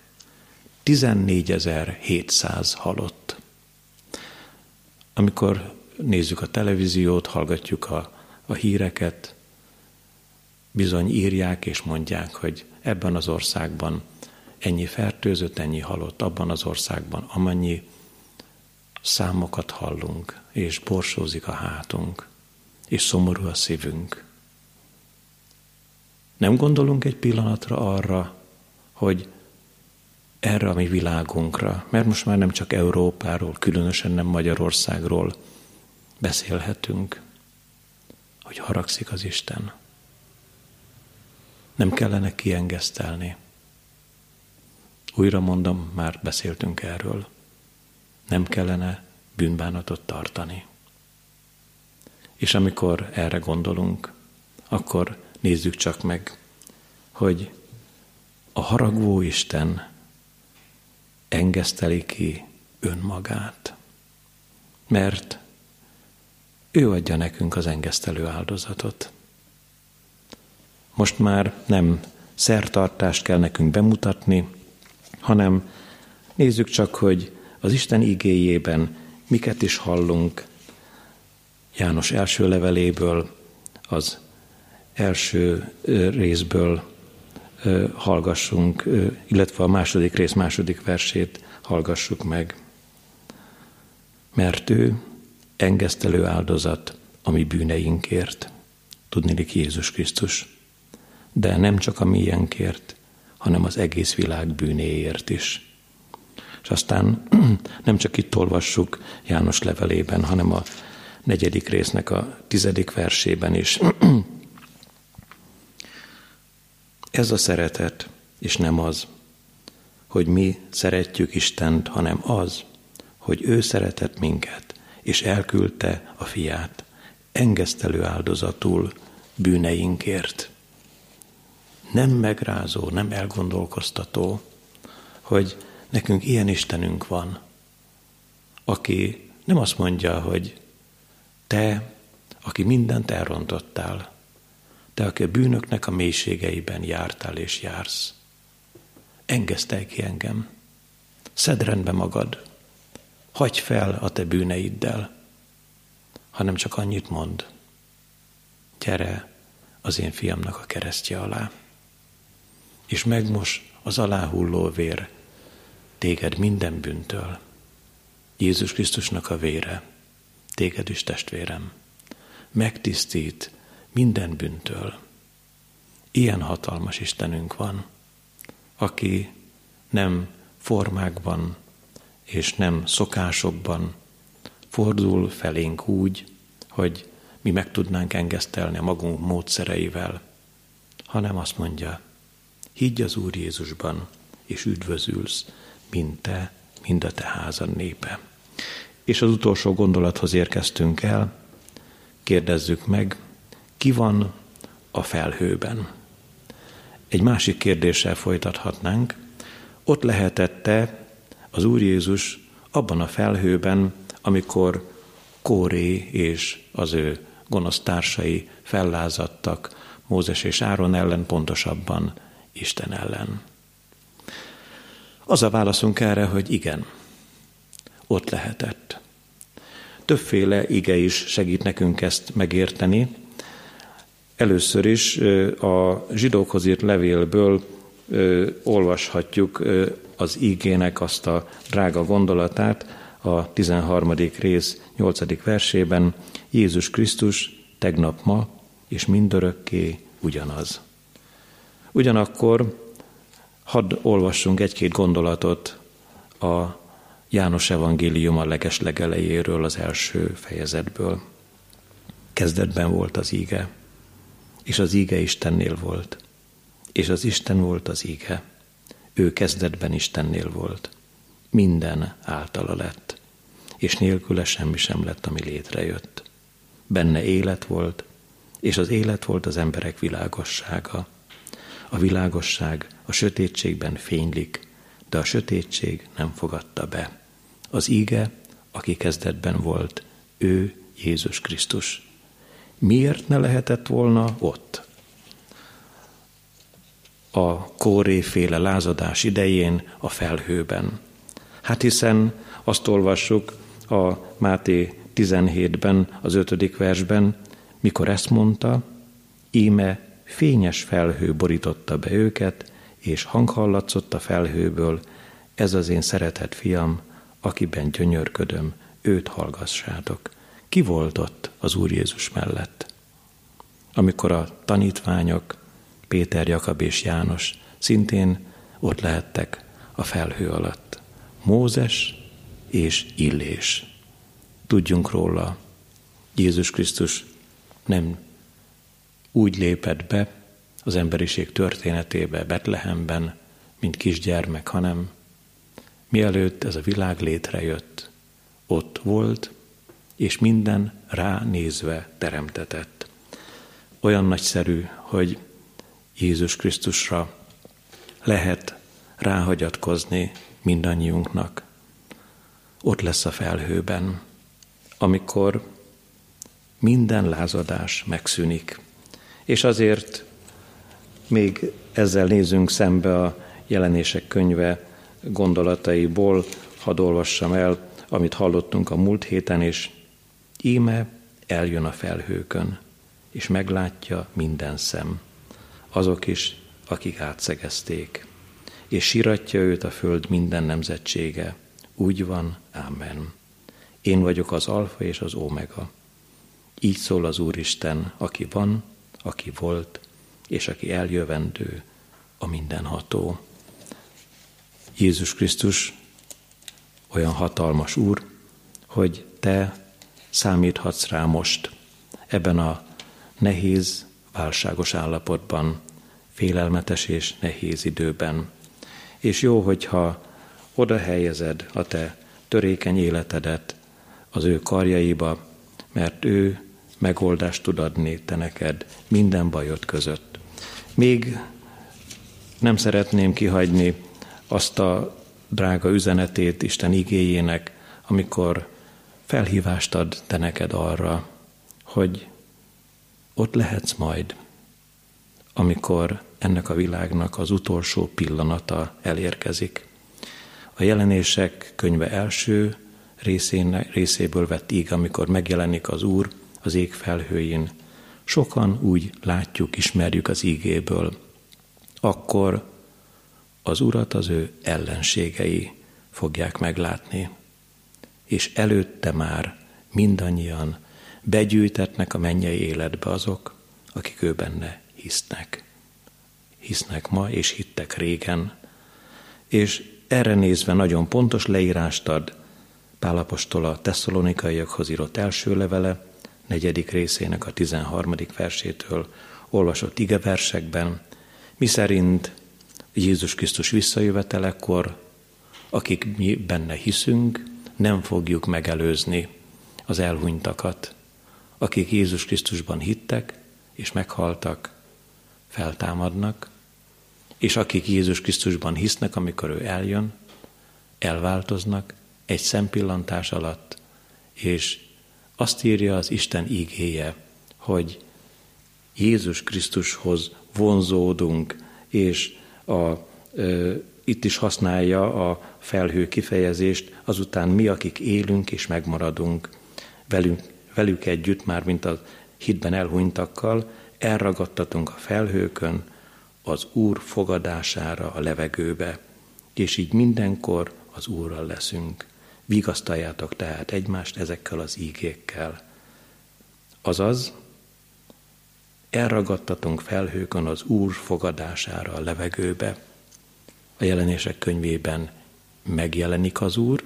14.700 halott. Amikor nézzük a televíziót, hallgatjuk a híreket, bizony írják és mondják, hogy ebben az országban ennyi fertőzött, ennyi halott, abban az országban amennyi számokat hallunk, és borsózik a hátunk, és szomorú a szívünk. Nem gondolunk egy pillanatra arra, hogy erre a mi világunkra, mert most már nem csak Európáról, különösen nem Magyarországról beszélhetünk, hogy haragszik az Isten. Nem kellene kiengesztelni. Újra mondom, már beszéltünk erről. Nem kellene bűnbánatot tartani. És amikor erre gondolunk, akkor nézzük csak meg, hogy a haragvó Isten engeszteli ki önmagát, mert ő adja nekünk az engesztelő áldozatot. Most már nem szertartást kell nekünk bemutatni, hanem nézzük csak, hogy az Isten igéjében miket is hallunk. János első leveléből, az első részből hallgassunk, illetve a második rész második versét hallgassuk meg. Mert ő engesztelő áldozat a mi bűneinkért, tudniillik Jézus Krisztus, de nem csak a miénkért, hanem az egész világ bűnéért is. És aztán nem csak itt olvassuk János levelében, hanem a 4. résznek a 10. versében is. Ez a szeretet, és nem az, hogy mi szeretjük Istent, hanem az, hogy ő szeretett minket, és elküldte a fiát, engesztelő áldozatul bűneinkért. Nem megrázó, nem elgondolkoztató, hogy nekünk ilyen Istenünk van, aki nem azt mondja, hogy te, aki mindent elrontottál, te, aki a bűnöknek a mélységeiben jártál és jársz, engesztelj ki engem, szedd rendbe magad, hagyj fel a te bűneiddel, hanem csak annyit mond, gyere az én fiamnak a keresztje alá, és megmos az aláhulló vér téged minden bűntől. Jézus Krisztusnak a vére, téged is, testvérem, megtisztít minden bűntől. Ilyen hatalmas Istenünk van, aki nem formákban és nem szokásokban fordul felénk úgy, hogy mi meg tudnánk engesztelni a magunk módszereivel, hanem azt mondja, higgy az Úr Jézusban, és üdvözülsz, mind a te házad népe. És az utolsó gondolathoz érkeztünk el, kérdezzük meg, ki van a felhőben? Egy másik kérdéssel folytathatnánk, ott lehetette az Úr Jézus abban a felhőben, amikor Kóré és az ő gonosz társai fellázadtak Mózes és Áron ellen, pontosabban Isten ellen. Az a válaszunk erre, hogy igen, ott lehetett. Többféle ige is segít nekünk ezt megérteni. Először is a zsidókhoz írt levélből olvashatjuk az igének azt a drága gondolatát, a 13. rész 8. versében, Jézus Krisztus tegnap, ma és mindörökké ugyanaz. Ugyanakkor hadd olvassunk egy-két gondolatot a János evangélium a legeslegelejéről, az első fejezetből. Kezdetben volt az íge, és az íge Istennél volt, és az Isten volt az íge. Ő kezdetben Istennél volt. Minden általa lett, és nélküle semmi sem lett, ami létrejött. Benne élet volt, és az élet volt az emberek világossága. A világosság a sötétségben fénylik, de a sötétség nem fogadta be. Az íge, aki kezdetben volt, ő Jézus Krisztus. Miért ne lehetett volna ott? A Kóré-féle lázadás idején a felhőben. Hát hiszen azt olvassuk a Máté 17-ben, az 5. versben, mikor ezt mondta, íme fényes felhő borította be őket, és hang hallatszott a felhőből, ez az én szeretett fiam, akiben gyönyörködöm, őt hallgassátok. Ki volt ott az Úr Jézus mellett? Amikor a tanítványok, Péter, Jakab és János szintén ott lehettek a felhő alatt. Mózes és Illés. Tudjunk róla, Jézus Krisztus nem úgy lépett be az emberiség történetébe Betlehemben, mint kisgyermek, hanem mielőtt ez a világ létrejött, ott volt, és minden ránézve teremtetett. Olyan nagyszerű, hogy Jézus Krisztusra lehet ráhagyatkozni mindannyiunknak. Ott lesz a felhőben, amikor minden lázadás megszűnik. És azért még ezzel nézünk szembe a Jelenések könyve gondolataiból, hadd olvassam el, amit hallottunk a múlt héten, és íme eljön a felhőkön, és meglátja minden szem, azok is, akik átszegezték, és síratja őt a föld minden nemzetsége. Úgy van, ámen. Én vagyok az alfa és az omega. Így szól az Úristen, aki van, aki volt, és aki eljövendő, a mindenható. Jézus Krisztus olyan hatalmas Úr, hogy te számíthatsz rá most, ebben a nehéz, válságos állapotban, félelmetes és nehéz időben. És jó, hogyha oda helyezed a te törékeny életedet az ő karjaiba, mert ő megoldást tud adni te neked minden bajod között. Még nem szeretném kihagyni azt a drága üzenetét Isten igéjének, amikor felhívást ad te neked arra, hogy ott lehetsz majd, amikor ennek a világnak az utolsó pillanata elérkezik. A Jelenések könyve első részéből vett íg, amikor megjelenik az Úr az ég felhőjén. Sokan úgy látjuk, ismerjük az ígéből. Akkor az Urat az ő ellenségei fogják meglátni. És előtte már mindannyian begyűjtetnek a mennyei életbe azok, akik ő benne hisznek. Hisznek ma, és hittek régen. És erre nézve nagyon pontos leírást ad Pál apostol a Tesszalonikaiakhoz írott első levele, 4. részének a 13. versétől olvasott igeversekben, miszerint Jézus Krisztus visszajövetelekor, akik mi benne hiszünk, nem fogjuk megelőzni az elhunytakat. Akik Jézus Krisztusban hittek és meghaltak, feltámadnak, és akik Jézus Krisztusban hisznek, amikor ő eljön, elváltoznak egy szempillantás alatt, és azt írja az Isten ígéje, hogy Jézus Krisztushoz vonzódunk, és itt is használja a felhő kifejezést, azután mi, akik élünk és megmaradunk velük együtt, már mint a hitben elhunytakkal, elragadtatunk a felhőkön az Úr fogadására a levegőbe, és így mindenkor az Úrral leszünk. Vigasztaljátok tehát egymást ezekkel az ígékkel. Azaz, elragadtatunk felhőkön az Úr fogadására a levegőbe. A Jelenések könyvében megjelenik az Úr,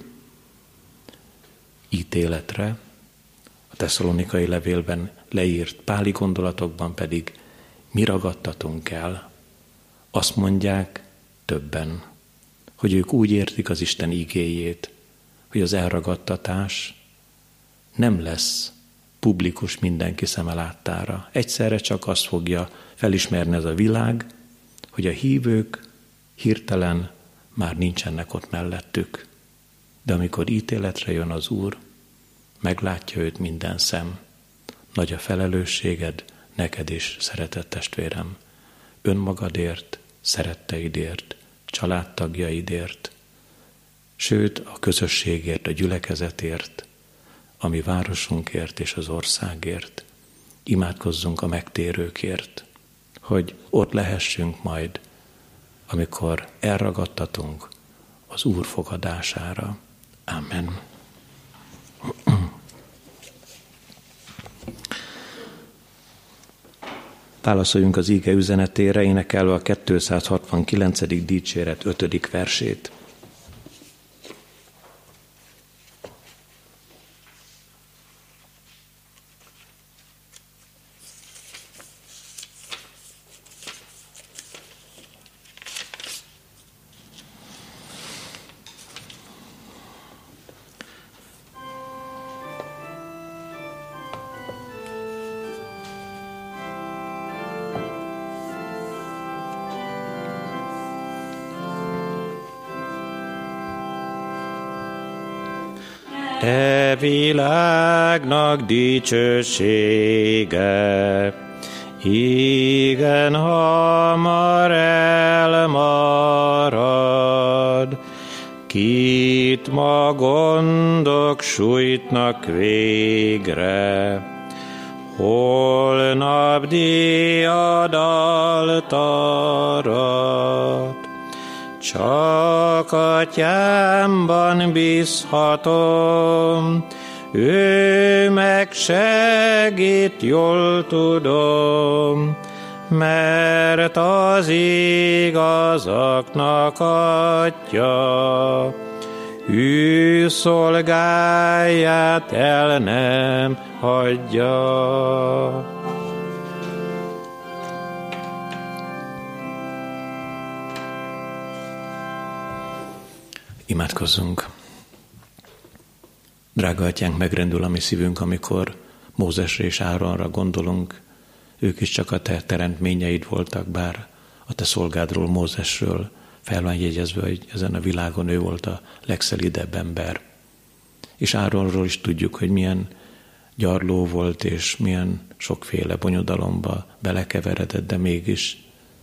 ítéletre, a Tesszalonikai levélben leírt páli gondolatokban pedig mi ragadtatunk el. Azt mondják többen, hogy ők úgy értik az Isten igéjét, hogy az elragadtatás nem lesz publikus mindenki szeme láttára. Egyszerre csak azt fogja felismerni ez a világ, hogy a hívők hirtelen már nincsenek ott mellettük. De amikor ítéletre jön az Úr, meglátja őt minden szem. Nagy a felelősséged neked is, szeretett testvérem. Önmagadért, szeretteidért, családtagjaidért, sőt a közösségért, a gyülekezetért, a mi városunkért és az országért. Imádkozzunk a megtérőkért, hogy ott lehessünk majd, amikor elragadtatunk az Úr fogadására. Amen. Válaszoljunk az íge üzenetére, énekelve a 269. dicséret 5. versét. E világnak dicsősége, igen hamar elmarad, kit ma gondok sújtnak végre, holnap diadalt arat. Csak atyámban bízhatom, ő megsegít, jól tudom, mert az igazaknak atya, ő szolgáját el nem hagyja. Imádkozzunk. Drága atyánk, megrendül a mi szívünk, amikor Mózesre és Áronra gondolunk. Ők is csak a te teremtményeid voltak, bár a te szolgádról, Mózesről fel van jegyezve, hogy ezen a világon ő volt a legszelidebb ember. És Áronról is tudjuk, hogy milyen gyarló volt, és milyen sokféle bonyodalomba belekeveredett, de mégis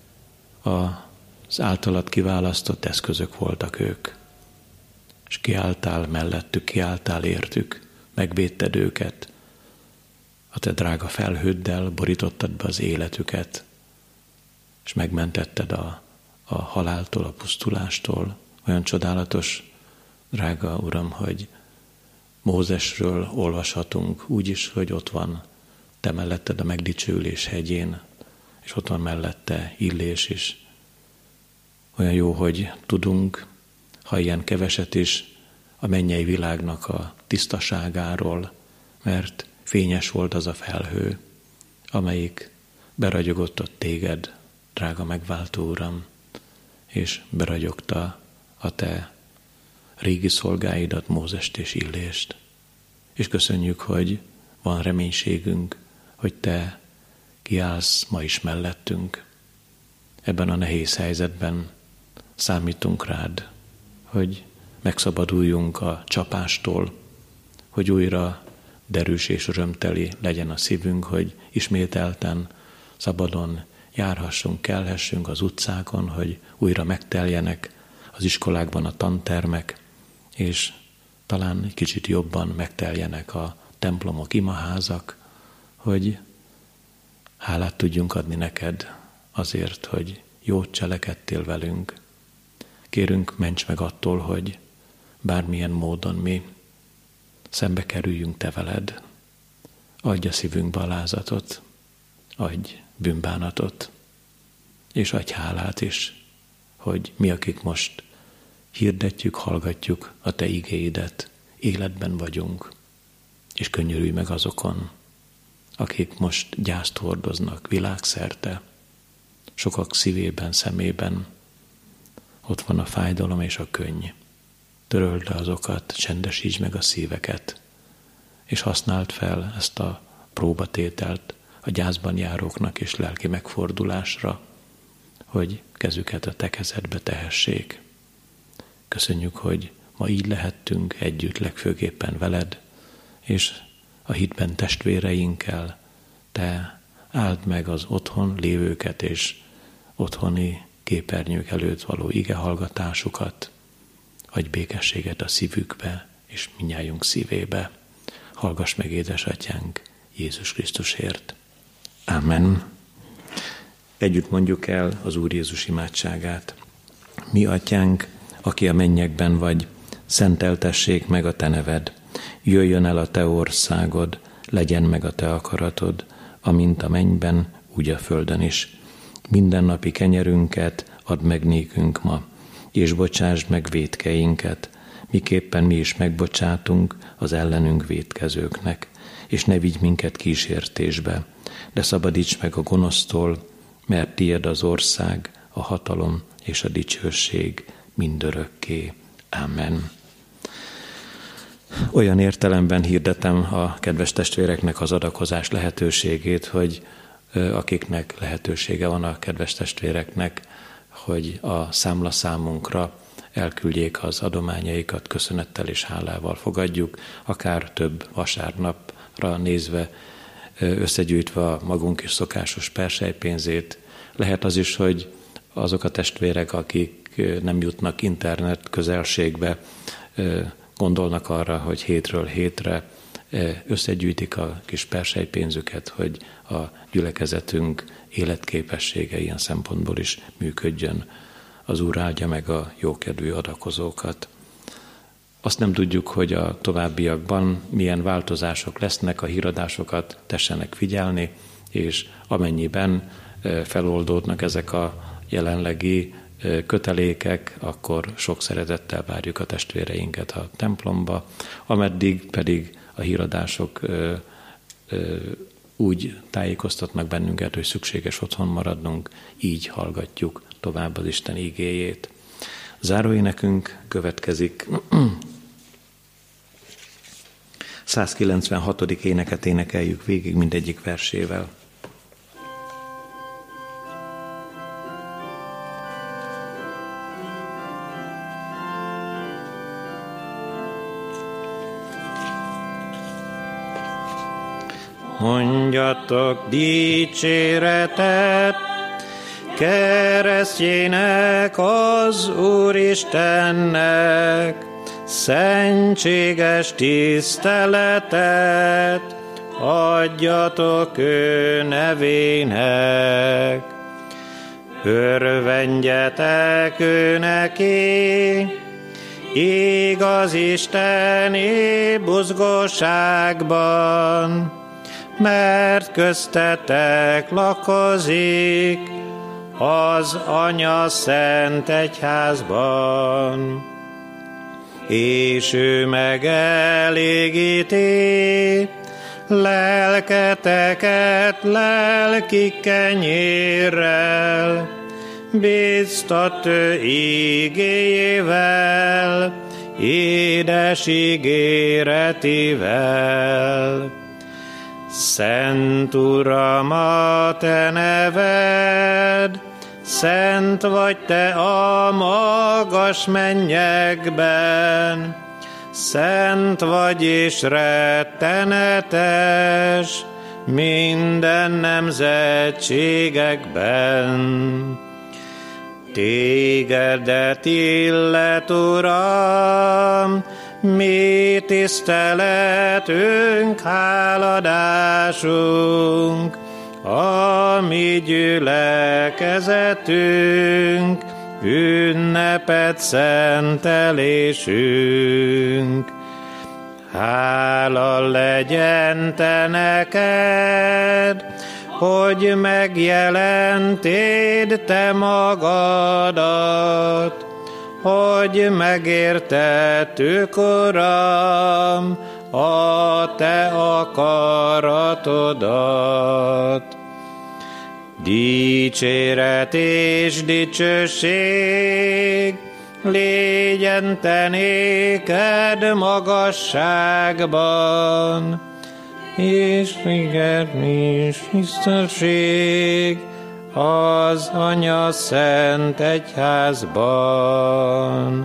az általad kiválasztott eszközök voltak ők. És kiálltál mellettük, kiálltál értük, megvédted őket. A te drága felhőddel borítottad be az életüket, és megmentetted a haláltól, a pusztulástól. Olyan csodálatos, drága Uram, hogy Mózesről olvashatunk úgy is, hogy ott van te melletted a megdicsőülés hegyén, és ott van mellette Illés is. Olyan jó, hogy tudunk, ha ilyen keveset is, a mennyei világnak a tisztaságáról, mert fényes volt az a felhő, amelyik beragyogott ott téged, drága megváltó Uram, és beragyogta a te régi szolgáidat, Mózest és Illést. És köszönjük, hogy van reménységünk, hogy te kiállsz ma is mellettünk. Ebben a nehéz helyzetben számítunk rád, hogy megszabaduljunk a csapástól, hogy újra derűs és örömteli legyen a szívünk, hogy ismételten szabadon járhassunk, kelhessünk az utcákon, hogy újra megteljenek az iskolákban a tantermek, és talán egy kicsit jobban megteljenek a templomok, imaházak, hogy hálát tudjunk adni neked azért, hogy jót cselekedtél velünk. Kérünk, ments meg attól, hogy bármilyen módon mi szembe kerüljünk te veled. Adj a szívünkbe alázatot, adj bűnbánatot, és adj hálát is, hogy mi, akik most hirdetjük, hallgatjuk a te igéidet, életben vagyunk, és könyörülj meg azokon, akik most gyászt hordoznak világszerte, sokak szívében, szemében. Ott van a fájdalom és a könny. Töröld le azokat, csendesítsd meg a szíveket, és használd fel ezt a próbatételt a gyászban járóknak és lelki megfordulásra, hogy kezüket a te kezedbe tehessék. Köszönjük, hogy ma így lehettünk együtt, legfőképpen veled, és a hitben testvéreinkkel. Te áld meg az otthon lévőket és otthoni képernyők előtt való igehallgatásukat, adj békességet a szívükbe és mindnyájunk szívébe. Hallgass meg, édesatyánk, Jézus Krisztusért. Amen. Együtt mondjuk el az Úr Jézus imádságát. Mi atyánk, aki a mennyekben vagy, szenteltessék meg a te neved. Jöjjön el a te országod, legyen meg a te akaratod, amint a mennyben, úgy a földön is. Mindennapi kenyerünket add meg nékünk ma, és bocsásd meg vétkeinket, miképpen mi is megbocsátunk az ellenünk vétkezőknek, és ne vigy minket kísértésbe, de szabadíts meg a gonosztól, mert tied az ország, a hatalom és a dicsőség mindörökké. Amen. Olyan értelemben hirdetem a kedves testvéreknek az adakozás lehetőségét, hogy akiknek lehetősége van a kedves testvéreknek, hogy a számlaszámunkra elküldjék az adományaikat, köszönettel és hálával fogadjuk, akár több vasárnapra nézve, összegyűjtve a magunk is szokásos perselypénzét. Lehet az is, hogy azok a testvérek, akik nem jutnak internet közelségbe, gondolnak arra, hogy hétről hétre összegyűjtik a kis perselypénzüket, hogy a gyülekezetünk életképessége ilyen szempontból is működjön. Az Úr áldja meg a jókedvű adakozókat. Azt nem tudjuk, hogy a továbbiakban milyen változások lesznek, a híradásokat tessenek figyelni, és amennyiben feloldódnak ezek a jelenlegi kötelékek, akkor sok szeretettel várjuk a testvéreinket a templomba, ameddig pedig a híradások úgy tájékoztatnak bennünket, hogy szükséges otthon maradnunk, így hallgatjuk tovább az Isten igéjét. Záróénekünk következik. 196. éneket énekeljük végig mindegyik versével. Mondjatok dicséretet keresztjének az Úristennek, szentséges tiszteletet adjatok ő nevének. Örvendjetek ő neki, igaz isteni buzgóságban, mert köztetek lakozik az Anya szent egyházban, és ő megelégíti lelketeket lelki kenyérrel, Bíztat ő ígéjével, édes ígéretivel. Szent Uram, a te neved, szent vagy te a magas mennyekben, szent vagy és rettenetes minden nemzetségekben. Tégedet illet, Uram, mi tiszteletünk, háladásunk, a mi gyülekezetünk, ünnepet szentelésünk. Hála legyen te neked, hogy megjelentéd te magadat, hogy megértettük, Uram, a te akaratodat. Dicséret és dicsőség légyen te néked magasságban, és igerni és tisztesség az Anya Szent Egyházban.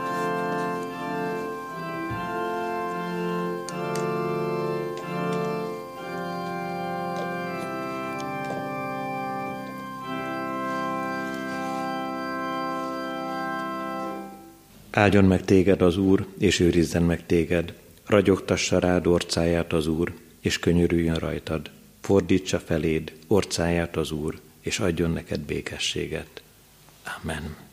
Áldjon meg téged az Úr, és őrizzen meg téged. Ragyogtassa rád orcáját az Úr, és könyörüljön rajtad. Fordítsa feléd orcáját az Úr, és adjon neked békességet. Amen.